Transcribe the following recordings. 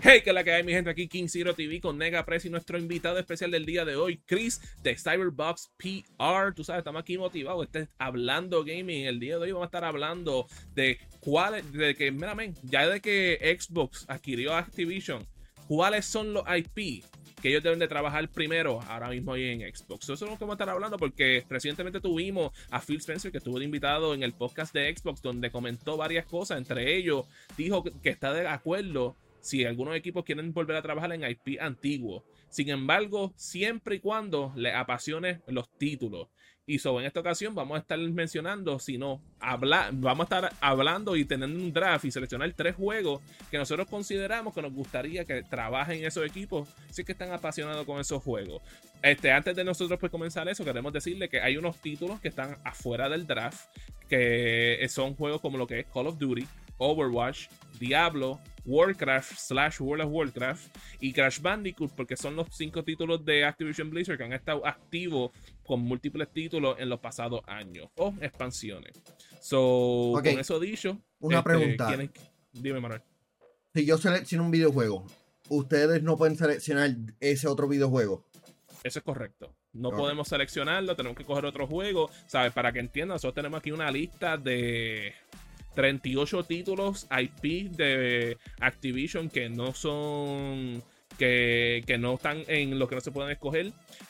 Hey, que la que hay, mi gente, aquí King Zero TV con Nega Press y nuestro invitado especial del día de hoy, Chris de Cyberbox PR. Tú sabes, estamos aquí motivados, hablando gaming. El día de hoy vamos a estar hablando de ya de que Xbox adquirió Activision, cuáles son los IP que ellos deben de trabajar primero ahora mismo ahí en Xbox. Eso es lo que vamos a estar hablando, porque recientemente tuvimos a Phil Spencer, que estuvo de invitado en el podcast de Xbox, donde comentó varias cosas. Entre ellos, dijo que está de acuerdo si algunos equipos quieren volver a trabajar en IP antiguos. Sin embargo, siempre y cuando les apasione los títulos. Y en esta ocasión vamos a estar mencionando, vamos a estar hablando y teniendo un draft y seleccionar 3 juegos que nosotros consideramos que nos gustaría que trabajen esos equipos si es que están apasionados con esos juegos. Antes de nosotros pues comenzar eso, queremos decirle que hay unos títulos que están afuera del draft, que son juegos como lo que es Call of Duty, Overwatch, Diablo, Warcraft / World of Warcraft y Crash Bandicoot, porque son los 5 títulos de Activision Blizzard que han estado activos con múltiples títulos en los pasados años o expansiones. Con eso dicho, una pregunta. Dime, Manuel. Si yo selecciono un videojuego, ¿ustedes no pueden seleccionar ese otro videojuego? Eso es correcto. No podemos seleccionarlo, tenemos que coger otro juego, ¿sabes? Para que entiendan, nosotros tenemos aquí una lista de 38 títulos IP de Activision que no son que no están en lo que no se pueden escoger.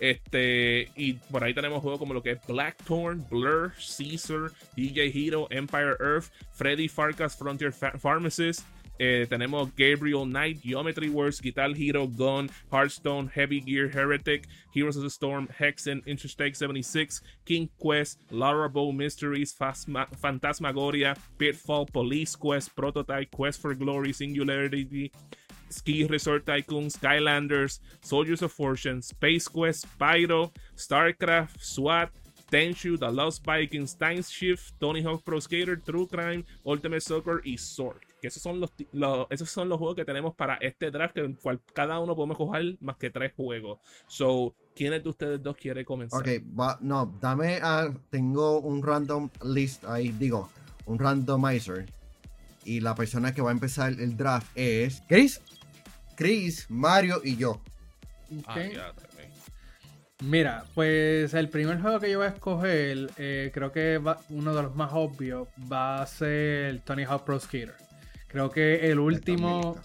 Y por ahí tenemos juegos como lo que es Blackthorn, Blur, Caesar, DJ Hero, Empire Earth, Freddy Farkas Frontier Pharmacist. Tenemos Gabriel Knight, Geometry Wars, Guitar Hero, Gun, Hearthstone, Heavy Gear, Heretic, Heroes of the Storm, Hexen, Interstate 76, King Quest, Larabow Mysteries, Phantasmagoria, Pitfall, Police Quest, Prototype, Quest for Glory, Singularity, Ski Resort Tycoon, Skylanders, Soldiers of Fortune, Space Quest, Pyro, StarCraft, SWAT, Tenchu, The Lost Vikings, Time Shift, Tony Hawk Pro Skater, True Crime, Ultimate Soccer y Sword. Que esos son los juegos que tenemos para este draft, en el cual cada uno podemos coger más que 3 juegos. ¿Quiénes de ustedes dos quiere comenzar? Tengo un random list ahí, un randomizer. Y la persona que va a empezar el draft es Chris, Mario y yo. Okay. Mira, pues el primer juego que yo voy a escoger, creo que uno de los más obvios va a ser Tony Hawk Pro Skater. Creo que el último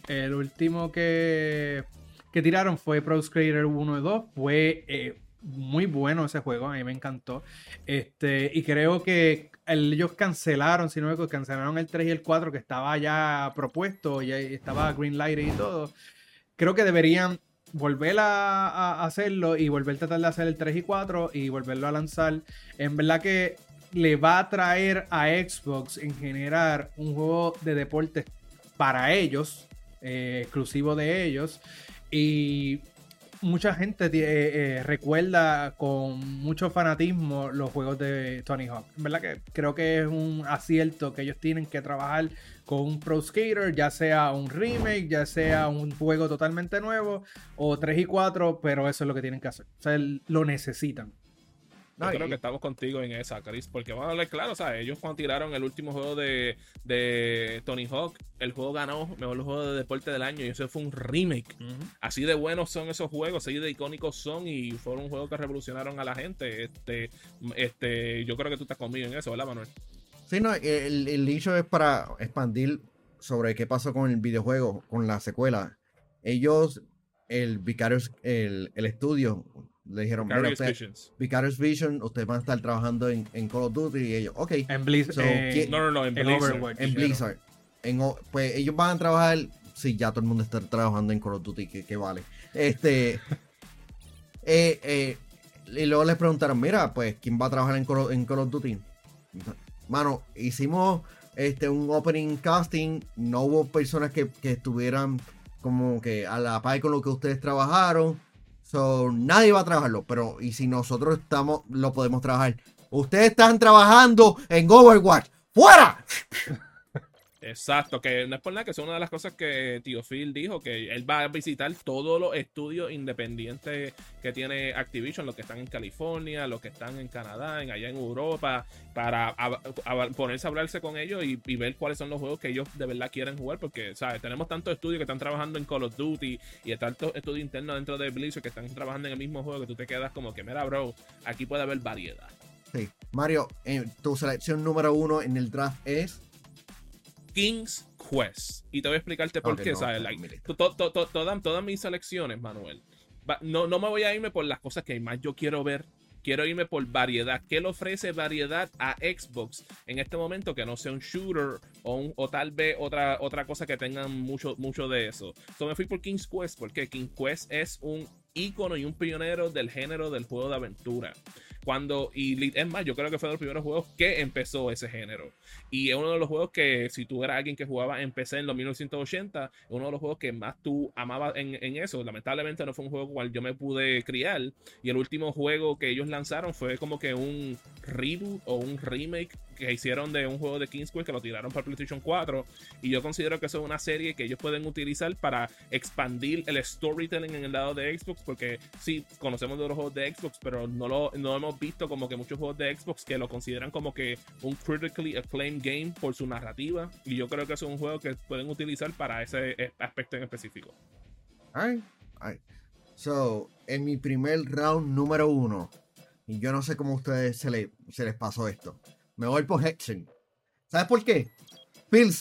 que tiraron fue Pro Skater 1 y 2. Fue muy bueno ese juego, a mí me encantó. Y creo que ellos cancelaron, si no me equivoco, cancelaron el 3 y el 4 que estaba ya propuesto, ya estaba greenlighted y todo. Creo que deberían volver a hacerlo y volver a tratar de hacer el 3 y 4 y volverlo a lanzar. En verdad que le va a traer a Xbox en generar un juego de deportes para ellos, exclusivo de ellos, y mucha gente recuerda con mucho fanatismo los juegos de Tony Hawk. En verdad que creo que es un acierto que ellos tienen que trabajar con un Pro Skater, ya sea un remake, ya sea un juego totalmente nuevo, o 3 y 4, pero eso es lo que tienen que hacer. O sea, lo necesitan. Yo creo que estamos contigo en esa, Chris, porque vamos a hablar claro, ¿sabes? Ellos cuando tiraron el último juego de Tony Hawk, el juego ganó mejor juego de deporte del año y eso fue un remake. Así de buenos son esos juegos, así de icónicos son y fueron un juego que revolucionaron a la gente. Yo creo que tú estás conmigo en eso, ¿verdad, Manuel? Sí, no, el hecho es para expandir sobre qué pasó con el videojuego, con la secuela. Ellos, el estudio, le dijeron, Vicarious Vision, ustedes van a estar trabajando en Call of Duty y ellos, ok. En Blizzard. En Overwatch. En Blizzard. Pues ellos van a trabajar, sí, ya todo el mundo está trabajando en Call of Duty, que vale. Y luego les preguntaron, mira, pues, ¿quién va a trabajar en Call of Duty? Mano, hicimos un opening casting, no hubo personas que estuvieran como que a la par con lo que ustedes trabajaron. Nadie va a trabajarlo, pero y si nosotros lo podemos trabajar. Ustedes están trabajando en Overwatch. ¡Fuera! Exacto, que no es por nada, que es una de las cosas que Tío Phil dijo, que él va a visitar todos los estudios independientes que tiene Activision, los que están en California, los que están en Canadá, allá en Europa, para ponerse a hablarse con ellos y ver cuáles son los juegos que ellos de verdad quieren jugar, porque, ¿sabes? Tenemos tantos estudios que están trabajando en Call of Duty y tantos estudios internos dentro de Blizzard que están trabajando en el mismo juego, que tú te quedas como que, mira, bro, aquí puede haber variedad. Sí. Mario, tu selección número 1 en el draft es King's Quest. Y te voy a explicarte por qué, no, ¿sabes? Todas mis selecciones, Manuel. No me voy a irme por las cosas que más yo quiero ver. Quiero irme por variedad. ¿Qué le ofrece variedad a Xbox en este momento que no sea un shooter o tal vez otra cosa que tengan mucho de eso? Me fui por King's Quest porque King's Quest es un ícono y un pionero del género del juego de aventura. Y es más, yo creo que fue de los primeros juegos que empezó ese género. Y es uno de los juegos que, si tú eras alguien que jugaba en PC en los 1980, es uno de los juegos que más tú amabas en eso. Lamentablemente no fue un juego cual yo me pude criar. Y el último juego que ellos lanzaron fue como que un reboot o un remake que hicieron de un juego de King's Quest que lo tiraron para PlayStation 4. Y yo considero que eso es una serie que ellos pueden utilizar para expandir el storytelling en el lado de Xbox. Porque sí, conocemos de los juegos de Xbox, pero no hemos visto como que muchos juegos de Xbox que lo consideran como que un critically acclaimed game por su narrativa. Y yo creo que eso es un juego que pueden utilizar para ese aspecto en específico. Alright. So, en mi primer round número 1, y yo no sé cómo a ustedes se les pasó esto, me voy por Hexen. ¿Sabes por qué? Phil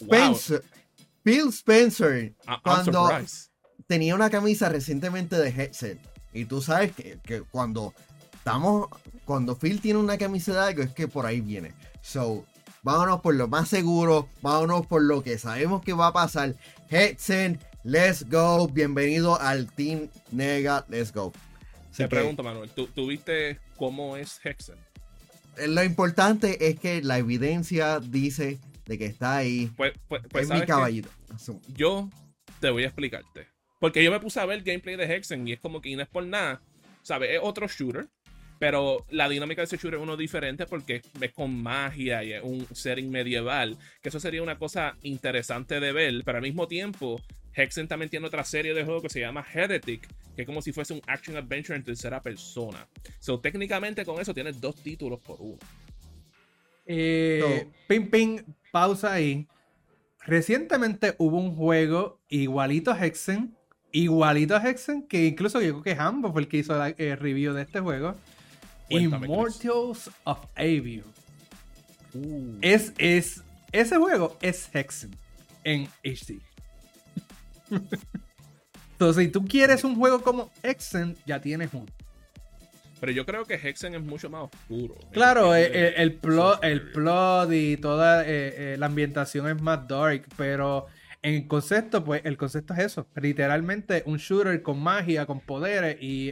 Spencer cuando tenía una camisa recientemente de Hexen, y tú sabes que cuando Phil tiene una camisa de algo es que por ahí viene. So, vámonos por lo más seguro, vámonos por lo que sabemos que va a pasar. Hexen, let's go, bienvenido al Team Nega, let's go. Te pregunto, Manuel, ¿tú viste cómo es Hexen? Lo importante es que la evidencia dice de que está ahí. Pues es mi caballito. Yo te voy a explicarte. Porque yo me puse a ver el gameplay de Hexen y es como que no es por nada. ¿Sabes? Es otro shooter. Pero la dinámica de ese shooter es uno diferente porque es con magia y es un setting medieval. Que eso sería una cosa interesante de ver. Pero al mismo tiempo, Hexen también tiene otra serie de juegos que se llama Heretic, que es como si fuese un action adventure en tercera persona. So, técnicamente con eso tienes 2 títulos por uno. Pausa ahí. Recientemente hubo un juego igualito a Hexen, que incluso yo creo que Hambo fue el que hizo la review de este juego. Cuéntame, Immortals of Avium. Ese juego es Hexen en HD. Entonces, si tú quieres un juego como Hexen, ya tienes uno. Pero yo creo que Hexen es mucho más oscuro. Claro, el plot y toda la ambientación es más dark, pero en el concepto, pues el concepto es eso. Literalmente un shooter con magia, con poderes y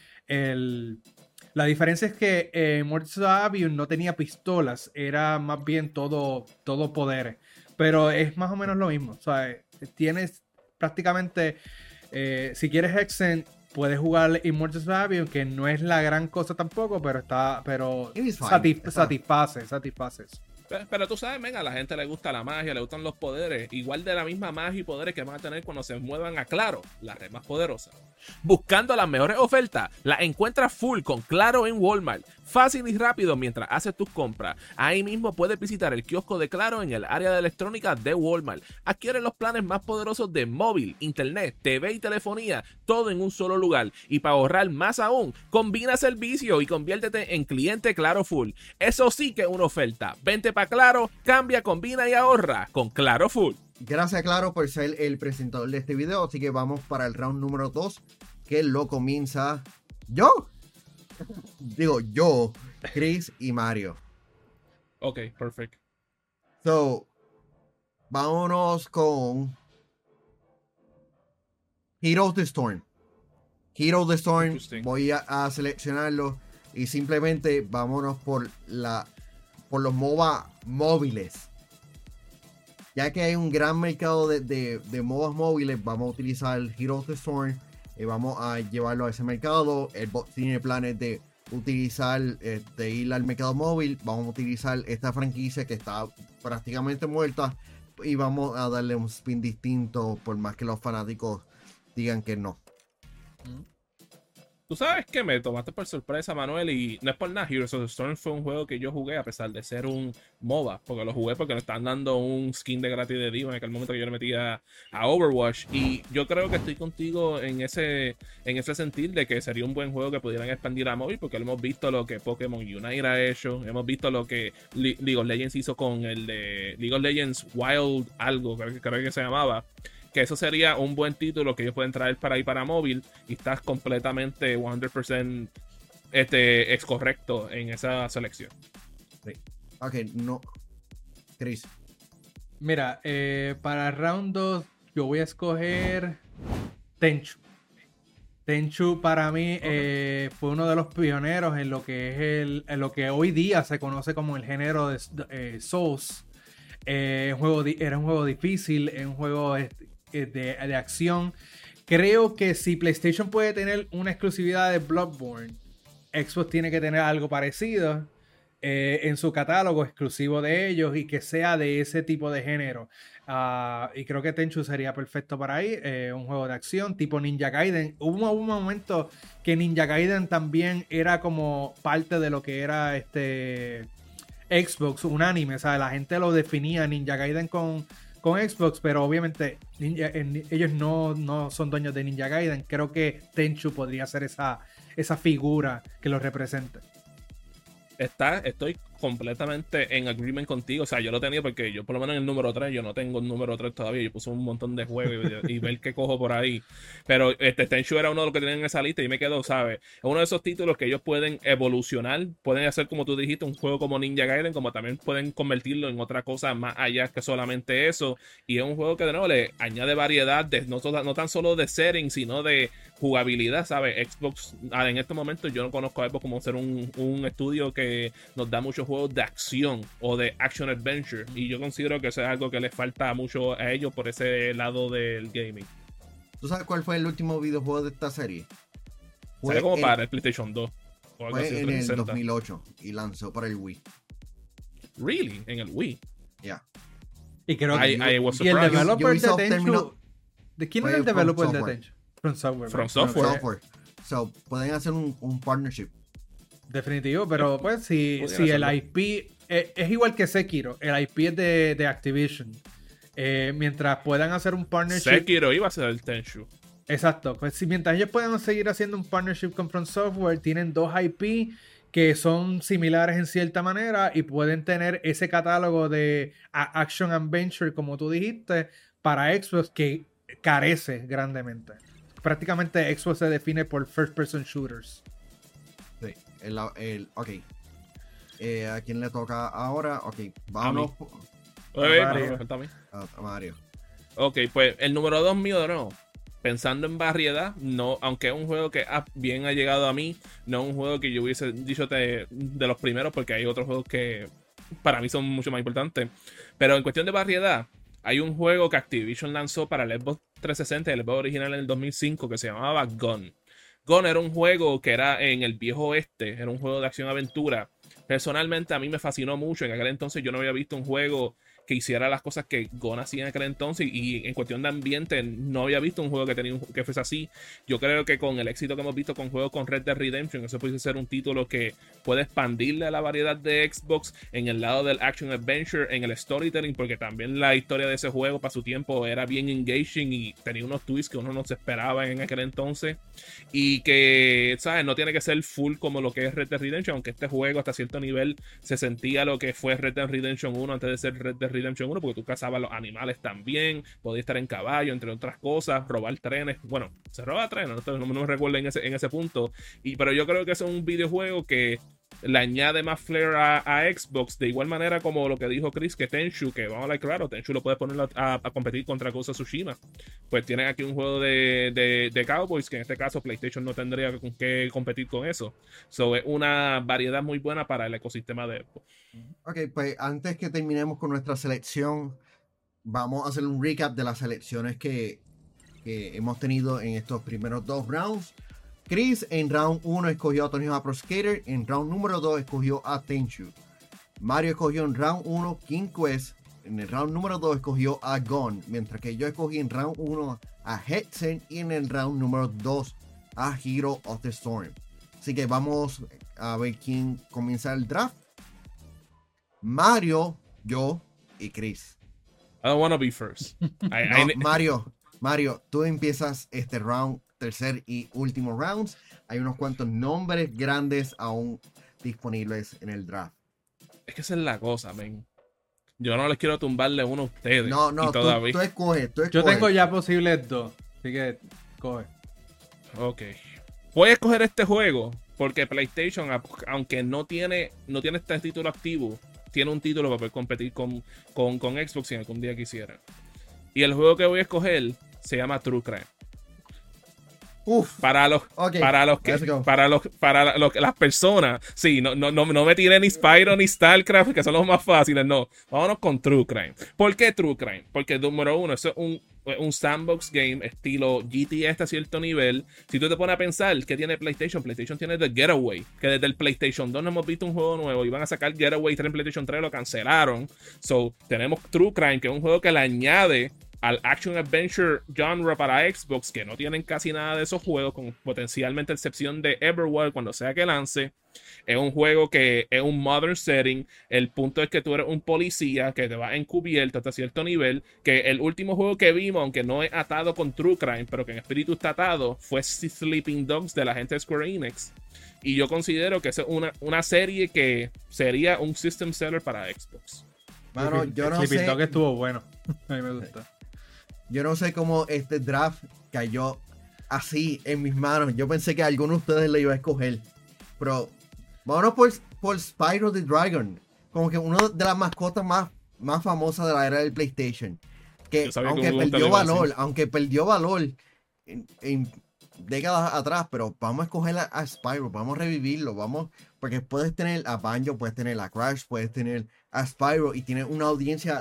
la diferencia es que Immortals of Avium no tenía pistolas, era más bien todo poderes. Pero es más o menos lo mismo. O sea, tienes prácticamente, si quieres Hexen, puedes jugar Immortals of Avium, que no es la gran cosa tampoco, pero satisface eso. Pero tú sabes, venga, a la gente le gusta la magia, le gustan los poderes. Igual de la misma magia y poderes que van a tener cuando se muevan a Claro, la red más poderosa. Buscando las mejores ofertas, las encuentras full con Claro en Walmart. Fácil y rápido mientras haces tus compras. Ahí mismo puedes visitar el kiosco de Claro en el área de electrónica de Walmart. Adquiere los planes más poderosos de móvil, internet, TV y telefonía, todo en un solo lugar. Y para ahorrar más aún, combina servicio y conviértete en cliente Claro Full. Eso sí que es una oferta. Vente para Claro, cambia, combina y ahorra con Claro Full. Gracias, Claro, por ser el presentador de este video. Así que vamos para el round número 2, que lo comienza yo. Digo yo, Chris y Mario. Ok, perfecto. So, vámonos con Heroes of the Storm. Heroes of the Storm, voy a seleccionarlo y simplemente vámonos por los MOBA móviles. Ya que hay un gran mercado de MOBAs móviles, vamos a utilizar Heroes of the Storm y vamos a llevarlo a ese mercado. El bot tiene planes de utilizar, de ir al mercado móvil. Vamos a utilizar esta franquicia que está prácticamente muerta y vamos a darle un spin distinto por más que los fanáticos digan que no. Tú sabes que me tomaste por sorpresa, Manuel, y no es por nada. Heroes of the Storm fue un juego que yo jugué a pesar de ser un MOBA, porque lo jugué porque nos estaban dando un skin de gratis de Diva en aquel momento que yo le metía a Overwatch. Y yo creo que estoy contigo en ese sentir de que sería un buen juego que pudieran expandir a móvil, porque hemos visto lo que Pokémon Unite ha hecho, hemos visto lo que League of Legends hizo con el de League of Legends Wild algo, creo que se llamaba. Que eso sería un buen título que ellos pueden traer para ahí para móvil y estás completamente 100% es correcto en esa selección. Sí. Ok, no. Chris. Mira, para round 2 yo voy a escoger Tenchu. Tenchu para mí fue uno de los pioneros en lo que es en lo que hoy día se conoce como el género de Souls. Era un juego difícil, es un juego de acción. Creo que si PlayStation puede tener una exclusividad de Bloodborne, Xbox tiene que tener algo parecido en su catálogo exclusivo de ellos y que sea de ese tipo de género. Y creo que Tenchu sería perfecto para ahí. Un juego de acción tipo Ninja Gaiden. Hubo un momento que Ninja Gaiden también era como parte de lo que era Xbox, un anime. O sea, la gente lo definía Ninja Gaiden con Xbox, pero obviamente ellos no son dueños de Ninja Gaiden. Creo que Tenchu podría ser esa figura que lo represente. Estoy completamente en agreement contigo. O sea, yo lo tenía porque yo por lo menos en el número 3, yo no tengo el número 3 todavía. Yo puse un montón de juegos y ver qué cojo por ahí. Pero Tenchu era uno de los que tenían en esa lista y me quedó, ¿sabes? Es uno de esos títulos que ellos pueden evolucionar. Pueden hacer, como tú dijiste, un juego como Ninja Gaiden, como también pueden convertirlo en otra cosa más allá que solamente eso. Y es un juego que de nuevo le añade variedad, no tan solo de setting, sino de jugabilidad, ¿sabes? Xbox, en este momento yo no conozco a Xbox como ser un estudio que nos da muchos juegos de acción o de action adventure, y yo considero que eso es algo que les falta mucho a ellos por ese lado del gaming. ¿Tú sabes cuál fue el último videojuego de esta serie? Sale como para el PlayStation 2 o algo fue así, en 360. el 2008 y lanzó para el Wii. Really? En el Wii. Ya. Yeah. Y creo que I was y el surprised. developer de Ubisoft Tenchu, ¿de quién era el developer de Tenchu? From Software. So, pueden hacer un partnership. Definitivo, pero pues si el IP es igual que Sekiro, el IP es de Activision. Mientras puedan hacer un partnership. Sekiro iba a ser el Tenchu. Exacto, pues mientras ellos puedan seguir haciendo un partnership con From Software, tienen dos IP que son similares en cierta manera y pueden tener ese catálogo de Action Adventure, como tú dijiste, para Xbox que carece grandemente. Prácticamente Xbox se define por first person shooters. Sí, ok. ¿A quién le toca ahora? Ok, vámonos. A Mario. Ok, pues el número 2 mío de nuevo. Pensando en variedad, no, aunque es un juego que bien ha llegado a mí, no es un juego que yo hubiese dicho de los primeros, porque hay otros juegos que para mí son mucho más importantes. Pero en cuestión de variedad, hay un juego que Activision lanzó para el Xbox 360, el Xbox original en el 2005, que se llamaba Gone. Gone era un juego que era en el viejo oeste, era un juego de acción-aventura. Personalmente a mí me fascinó mucho. En aquel entonces yo no había visto un juego que hiciera las cosas que Gone hacía en aquel entonces, y en cuestión de ambiente no había visto un juego que fuese así. Yo creo que con el éxito que hemos visto con juegos con Red Dead Redemption, eso puede ser un título que puede expandirle a la variedad de Xbox en el lado del action adventure, en el storytelling, porque también la historia de ese juego para su tiempo era bien engaging y tenía unos twists que uno no se esperaba en aquel entonces, y que, ¿sabes? No tiene que ser full como lo que es Red Dead Redemption, aunque este juego hasta cierto nivel se sentía lo que fue Red Dead Redemption 1 antes de ser Red Dead Redemption 1, porque tú cazabas los animales también, podías estar en caballo, entre otras cosas, robar trenes. Bueno, se roba trenes, no me recuerdo en ese punto. Pero yo creo que es un videojuego que le añade más flair a Xbox, de igual manera como lo que dijo Chris, que Tenchu, que vamos a ver, claro, Tenchu lo puede poner a competir contra Ghost of Tsushima. Pues tienen aquí un juego de Cowboys, que en este caso PlayStation no tendría con qué competir con eso. So, es una variedad muy buena para el ecosistema de Xbox. Ok, pues antes que terminemos con nuestra selección, vamos a hacer un recap de las selecciones que hemos tenido en estos primeros dos rounds. Chris en round 1 escogió a Tony Hawk Pro Skater, en round número 2 escogió a Tenchu. Mario escogió en round 1 King Quest, en el round número 2 escogió a Gon, mientras que yo escogí en round 1 a Hetzen y en el round número 2 a Hero of the Storm. Así que vamos a ver quién comienza el draft. Mario, yo y Chris. I don't want to be first. Mario, tú empiezas este round, tercer y último rounds. Hay unos cuantos nombres grandes aún disponibles en el draft. Es que esa es la cosa, men. Yo no les quiero tumbarle uno a ustedes. No, todavía... tú escoges. Yo tengo ya posibles 2, así que coge. Ok. Voy a escoger este juego porque PlayStation, aunque no tiene este título activo, tiene un título para poder competir con Xbox si algún día quisiera. Y el juego que voy a escoger se llama True Crime. Uf. Para las personas, sí, no me tiré ni Spyro ni StarCraft, que son los más fáciles, no. Vámonos con True Crime. ¿Por qué True Crime? Porque número uno, eso es un sandbox game estilo GTA hasta cierto nivel. Si tú te pones a pensar, ¿qué tiene PlayStation? PlayStation tiene The Getaway, que desde el PlayStation 2 no hemos visto un juego nuevo. Iban a sacar Getaway 3 en PlayStation 3, lo cancelaron. So, tenemos True Crime, que es un juego que le añade al Action Adventure genre para Xbox, que no tienen casi nada de esos juegos, con potencialmente excepción de Everwild cuando sea que lance. Es un juego que es un modern setting. El punto es que tú eres un policía que te va encubierto hasta cierto nivel. Que el último juego que vimos, aunque no es atado con True Crime, pero que en espíritu está atado, fue Sleeping Dogs de la gente de Square Enix. Y yo considero que es una serie que sería un system seller para Xbox. Mano, yo no Sleeping sé. Dog estuvo bueno. A mí me gusta. Yo no sé cómo este draft cayó así en mis manos. Yo pensé que alguno de ustedes lo iba a escoger. Pero vámonos por Spyro the Dragon. Como que una de las mascotas más famosas de la era del PlayStation. Que aunque perdió valor en décadas atrás, pero vamos a escoger a Spyro, vamos a revivirlo, porque puedes tener a Banjo, puedes tener a Crash, puedes tener a Spyro y tienes una audiencia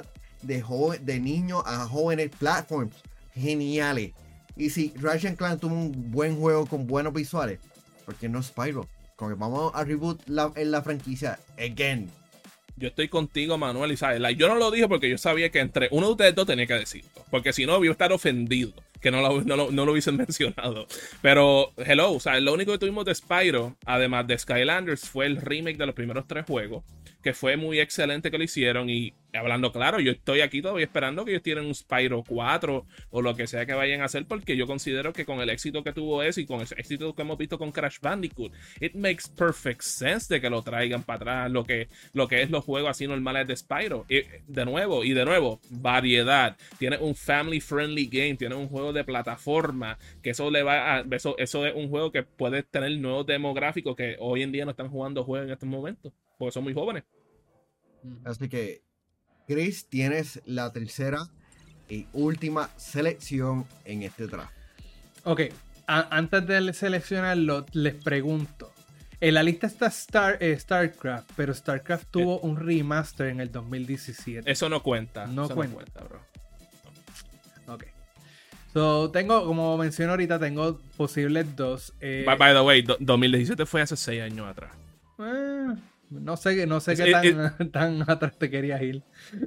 de niños a jóvenes platforms geniales. Y si Ratchet & Clank tuvo un buen juego con buenos visuales, ¿por qué no Spyro? Como que vamos a reboot en la franquicia again. Yo estoy contigo, Manuel, y sabes, yo no lo dije porque yo sabía que entre uno de ustedes dos tenía que decirlo, porque si no, iba a estar ofendido que no lo hubiesen mencionado. Pero, hello, o sea, lo único que tuvimos de Spyro, además de Skylanders, fue el remake de los primeros 3 juegos, que fue muy excelente que lo hicieron. Y hablando claro, yo estoy aquí todavía esperando que ellos tienen un Spyro 4 o lo que sea que vayan a hacer, porque yo considero que con el éxito que tuvo eso y con el éxito que hemos visto con Crash Bandicoot, it makes perfect sense de que lo traigan para atrás, lo que es los juegos así normales de Spyro. Y de nuevo, variedad. Tiene un family friendly game, tiene un juego de plataforma, que eso es un juego que puede tener nuevos demográficos que hoy en día no están jugando juegos en estos momentos, porque son muy jóvenes. Así que, Chris, tienes la tercera y última selección en este draft. Ok, antes de seleccionarlo, les pregunto. En la lista está StarCraft, pero StarCraft tuvo un remaster en el 2017. Eso no cuenta. No eso cuenta. No cuenta, bro. Ok. So, tengo, como mencioné ahorita, tengo posibles 2. By the way, 2017 fue hace 6 años atrás. No sé qué tan atrás te querías ir.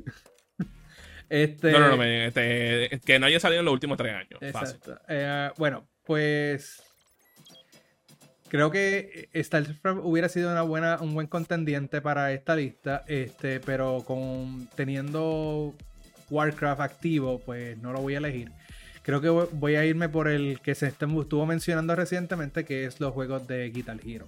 Que no haya salido en los últimos 3 años. Exacto. Bueno, pues creo que StarCraft hubiera sido un buen contendiente para esta lista, pero teniendo Warcraft activo, pues no lo voy a elegir. Creo que voy a irme por el que se estuvo mencionando recientemente, que es los juegos de Guitar Hero.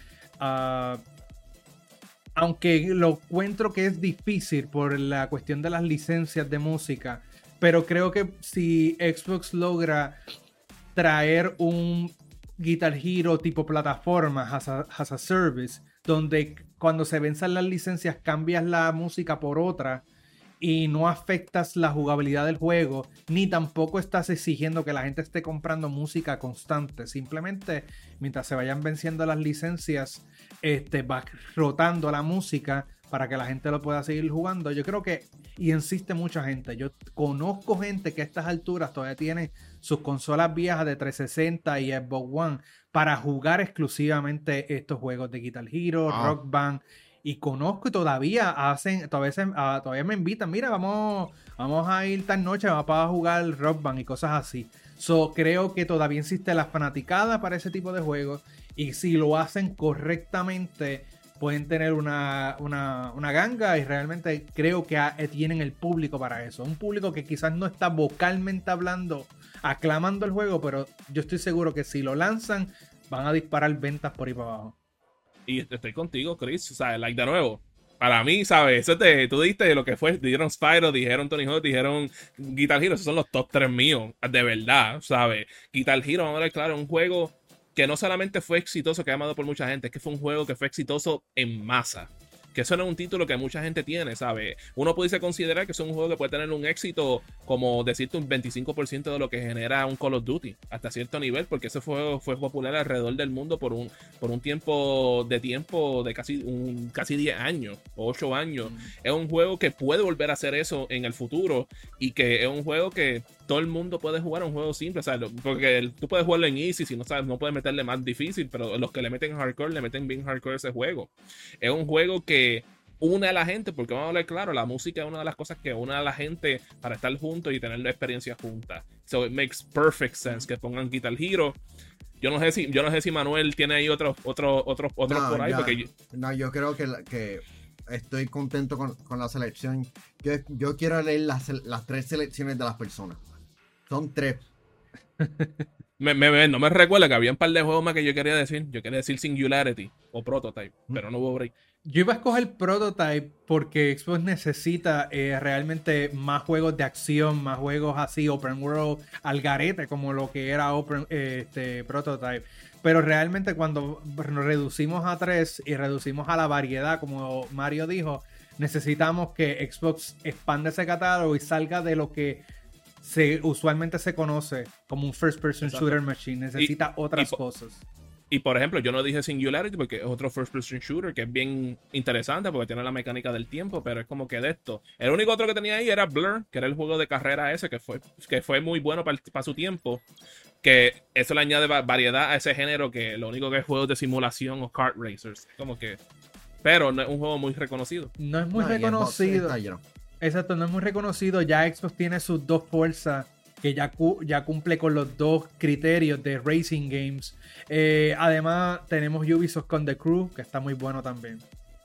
Aunque lo encuentro que es difícil por la cuestión de las licencias de música, pero creo que si Xbox logra traer un Guitar Hero tipo plataforma as a service, donde cuando se venzan las licencias cambias la música por otra y no afectas la jugabilidad del juego, ni tampoco estás exigiendo que la gente esté comprando música constante. Simplemente mientras se vayan venciendo las licencias, vas rotando la música para que la gente lo pueda seguir jugando. Yo creo que, y insiste mucha gente, yo conozco gente que a estas alturas todavía tiene sus consolas viejas de 360 y Xbox One para jugar exclusivamente estos juegos de Guitar Hero, Rock Band y conozco y todavía hacen, todavía me invitan, mira, vamos a ir tal noche, vamos a jugar Rock Band y cosas así. So, creo que todavía existe la fanaticada para ese tipo de juegos y si lo hacen correctamente pueden tener una ganga y realmente creo que tienen el público para eso. Un público que quizás no está vocalmente hablando, aclamando el juego, pero yo estoy seguro que si lo lanzan van a disparar ventas por ahí para abajo. Y estoy contigo, Chris. O sea, like de nuevo. Para mí, ¿sabes? Tú diste lo que fue. Dijeron Spyro, dijeron Tony Hawk, dijeron Guitar Hero. Esos son los top 3 míos. De verdad, ¿sabes? Guitar Hero, vamos a ver, claro, un juego que no solamente fue exitoso, que ha amado por mucha gente, es que fue un juego que fue exitoso en masa. Que eso no es un título que mucha gente tiene, ¿sabes? Uno pudiese considerar que es un juego que puede tener un éxito como decirte un 25% de lo que genera un Call of Duty, hasta cierto nivel, porque ese juego fue popular alrededor del mundo por un tiempo de casi 10 años o 8 años. Es un juego que puede volver a hacer eso en el futuro y que es un juego que todo el mundo puede jugar, un juego simple, ¿sabes? Porque tú puedes jugarlo en easy, si no sabes, no puedes meterle más difícil, pero los que le meten hardcore, le meten bien hardcore a ese juego. Es un juego que une a la gente, porque vamos a hablar claro, la música es una de las cosas que une a la gente para estar juntos y tener la experiencia juntas. So it makes perfect sense que pongan Guitar Hero. Yo no sé si Manuel tiene ahí otros por ahí, porque yo creo que estoy contento con la selección. Yo quiero leer las 3 selecciones de las personas. Son 3. no me recuerda que había un par de juegos más que yo quería decir. Yo quería decir Singularity o Prototype, pero no hubo break. Yo iba a escoger Prototype porque Xbox necesita realmente más juegos de acción, más juegos así, open world, al garete, como lo que era Prototype. Pero realmente cuando reducimos a 3 y reducimos a la variedad, como Mario dijo, necesitamos que Xbox expanda ese catálogo y salga de lo que usualmente se conoce como un first person shooter machine. Necesita otras cosas. Y por ejemplo, yo no dije Singularity porque es otro first person shooter que es bien interesante porque tiene la mecánica del tiempo, pero es como que de esto. El único otro que tenía ahí era Blur, que era el juego de carrera ese que fue muy bueno para su tiempo. Que eso le añade variedad a ese género, que lo único que es juegos de simulación o kart racers. Como que. Pero no es un juego muy reconocido. No es muy reconocido. Exacto, no es muy reconocido. Ya Xbox tiene sus 2 fuerzas que ya cumple con los 2 criterios de Racing Games. Además, tenemos Ubisoft con The Crew, que está muy bueno también.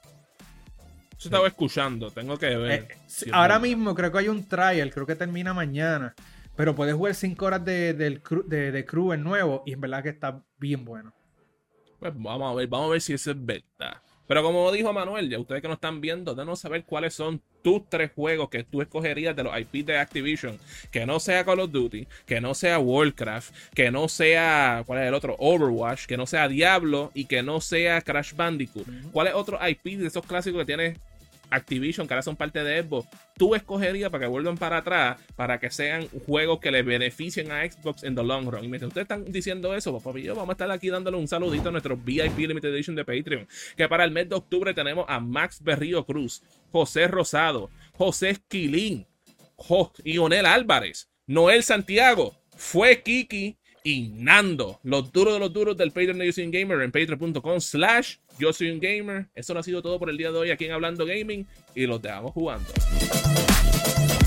Yo estaba escuchando, tengo que ver. Ahora mismo creo que hay un trial, creo que termina mañana. Pero puedes jugar 5 horas de Crew en nuevo y en verdad que está bien bueno. Pues vamos a ver si eso es verdad. Pero como dijo Manuel, ya ustedes que nos están viendo, denos saber cuáles son tus 3 juegos que tú escogerías de los IP de Activision. Que no sea Call of Duty, que no sea Warcraft, que no sea, ¿cuál es el otro? Overwatch, que no sea Diablo y que no sea Crash Bandicoot. ¿Cuál es otro IP de esos clásicos que tiene Activision, que ahora son parte de Xbox, tú escogerías para que vuelvan para atrás, para que sean juegos que le beneficien a Xbox en the long run? Y mientras ustedes están diciendo eso, papi, yo vamos a estar aquí dándole un saludito a nuestros VIP Limited Edition de Patreon, que para el mes de octubre tenemos a Max Berrío Cruz, José Rosado, José Esquilín, Ionel Álvarez, Noel Santiago, Fue Kiki y Nando, los duros de los duros del Patreon de Yo Soy Un Gamer en patreon.com/Yo Soy Un Gamer. Eso no ha sido todo por el día de hoy aquí en Hablando Gaming y los dejamos jugando.